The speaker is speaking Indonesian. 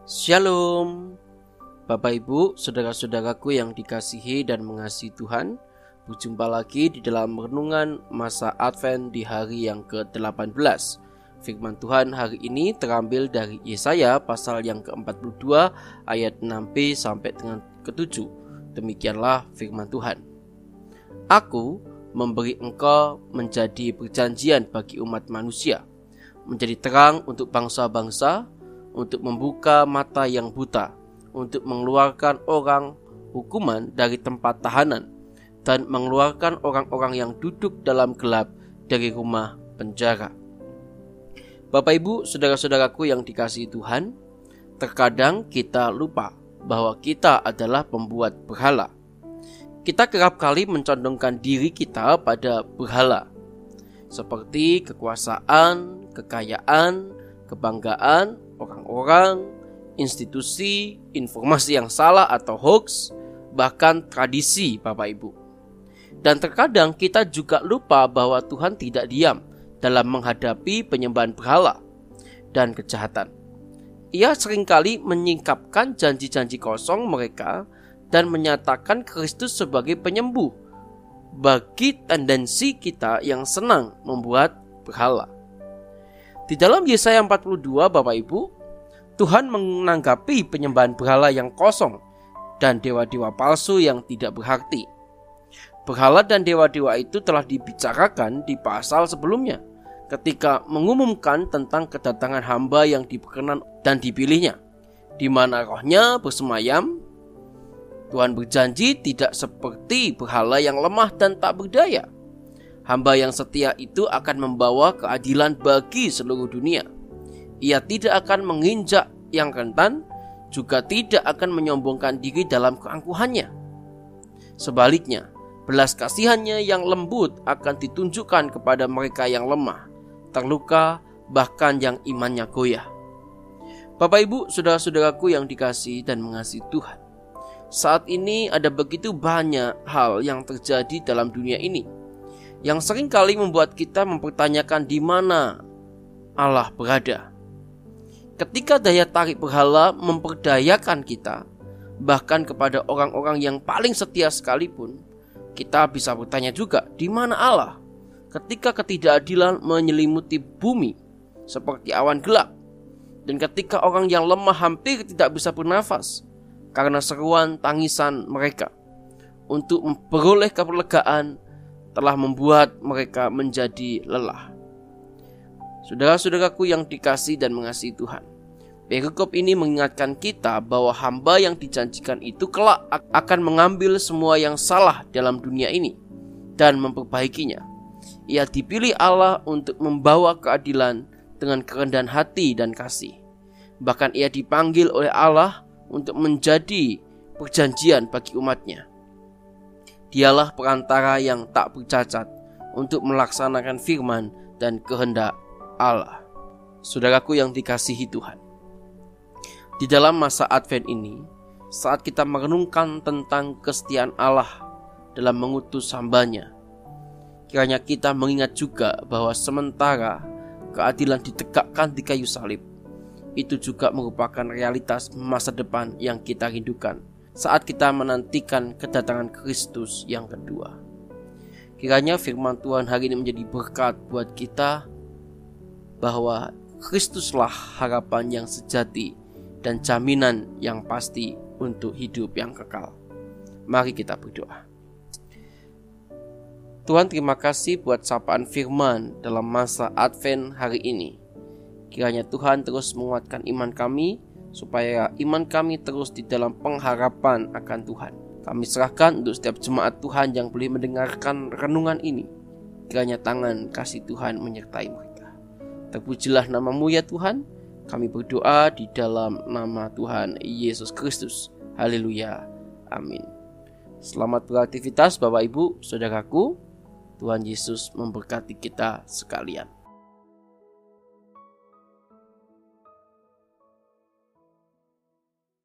Shalom, Bapak Ibu, saudara-saudaraku yang dikasihi dan mengasihi Tuhan. Berjumpa lagi di dalam renungan masa Advent di hari yang ke-18. Firman Tuhan hari ini terambil dari Yesaya pasal yang ke-42 ayat 6b sampai dengan ke-7. Demikianlah firman Tuhan. Aku memberi engkau menjadi perjanjian bagi umat manusia, menjadi terang untuk bangsa-bangsa, untuk membuka mata yang buta, untuk mengeluarkan orang hukuman dari tempat tahanan, dan mengeluarkan orang-orang yang duduk dalam gelap dari rumah penjara. Bapak Ibu, saudara-saudaraku yang dikasihi Tuhan, terkadang kita lupa bahwa kita adalah pembuat berhala. Kita kerap kali mencondongkan diri kita pada berhala, seperti kekuasaan, kekayaan, kebanggaan, orang-orang, institusi, informasi yang salah atau hoax, bahkan tradisi, Bapak Ibu. Dan terkadang kita juga lupa bahwa Tuhan tidak diam dalam menghadapi penyembahan berhala dan kejahatan. Ia seringkali menyingkapkan janji-janji kosong mereka dan menyatakan Kristus sebagai penyembuh bagi tendensi kita yang senang membuat berhala. Di dalam Yesaya 42, Bapak Ibu, Tuhan menanggapi penyembahan berhala yang kosong dan dewa-dewa palsu yang tidak berarti. Berhala dan dewa-dewa itu telah dibicarakan di pasal sebelumnya ketika mengumumkan tentang kedatangan hamba yang diperkenan dan dipilihnya, di mana rohnya bersemayam. Tuhan berjanji tidak seperti berhala yang lemah dan tak berdaya. Hamba yang setia itu akan membawa keadilan bagi seluruh dunia. Ia tidak akan menginjak yang rentan, juga tidak akan menyombongkan diri dalam keangkuhannya. Sebaliknya, belas kasihannya yang lembut akan ditunjukkan kepada mereka yang lemah, terluka, bahkan yang imannya goyah. Bapak Ibu, saudara-saudaraku yang dikasihi dan mengasihi Tuhan, saat ini ada begitu banyak hal yang terjadi dalam dunia ini yang seringkali membuat kita mempertanyakan di mana Allah berada. Ketika daya tarik berhala memperdayakan kita, bahkan kepada orang-orang yang paling setia sekalipun, kita bisa bertanya juga, di mana Allah ketika ketidakadilan menyelimuti bumi seperti awan gelap, dan ketika orang yang lemah hampir tidak bisa bernafas karena seruan tangisan mereka untuk memperoleh keperlegaan telah membuat mereka menjadi lelah. Saudara-saudaraku yang dikasihi dan mengasihi Tuhan, perikop ini mengingatkan kita bahwa hamba yang dijanjikan itu kelak akan mengambil semua yang salah dalam dunia ini dan memperbaikinya. Ia dipilih Allah untuk membawa keadilan dengan kerendahan hati dan kasih. Bahkan ia dipanggil oleh Allah untuk menjadi perjanjian bagi umatnya. Dialah perantara yang tak bercacat untuk melaksanakan firman dan kehendak Allah. Saudaraku yang dikasihi Tuhan, di dalam masa Advent ini, saat kita merenungkan tentang kesetiaan Allah dalam mengutus hamba-Nya, kiranya kita mengingat juga bahwa sementara keadilan ditegakkan di kayu salib, itu juga merupakan realitas masa depan yang kita rindukan saat kita menantikan kedatangan Kristus yang kedua. Kiranya firman Tuhan hari ini menjadi berkat buat kita, bahwa Kristuslah harapan yang sejati dan jaminan yang pasti untuk hidup yang kekal. Mari kita berdoa. Tuhan, terima kasih buat sapaan firman dalam masa Advent hari ini. Kiranya Tuhan terus menguatkan iman kami, supaya iman kami terus di dalam pengharapan akan Tuhan. Kami serahkan untuk setiap jemaat Tuhan yang boleh mendengarkan renungan ini. Kiranya tangan kasih Tuhan menyertai mereka. Terpujilah nama-Mu ya Tuhan. Kami berdoa di dalam nama Tuhan Yesus Kristus. Haleluya. Amin. Selamat beraktivitas Bapak Ibu, saudaraku. Tuhan Yesus memberkati kita sekalian.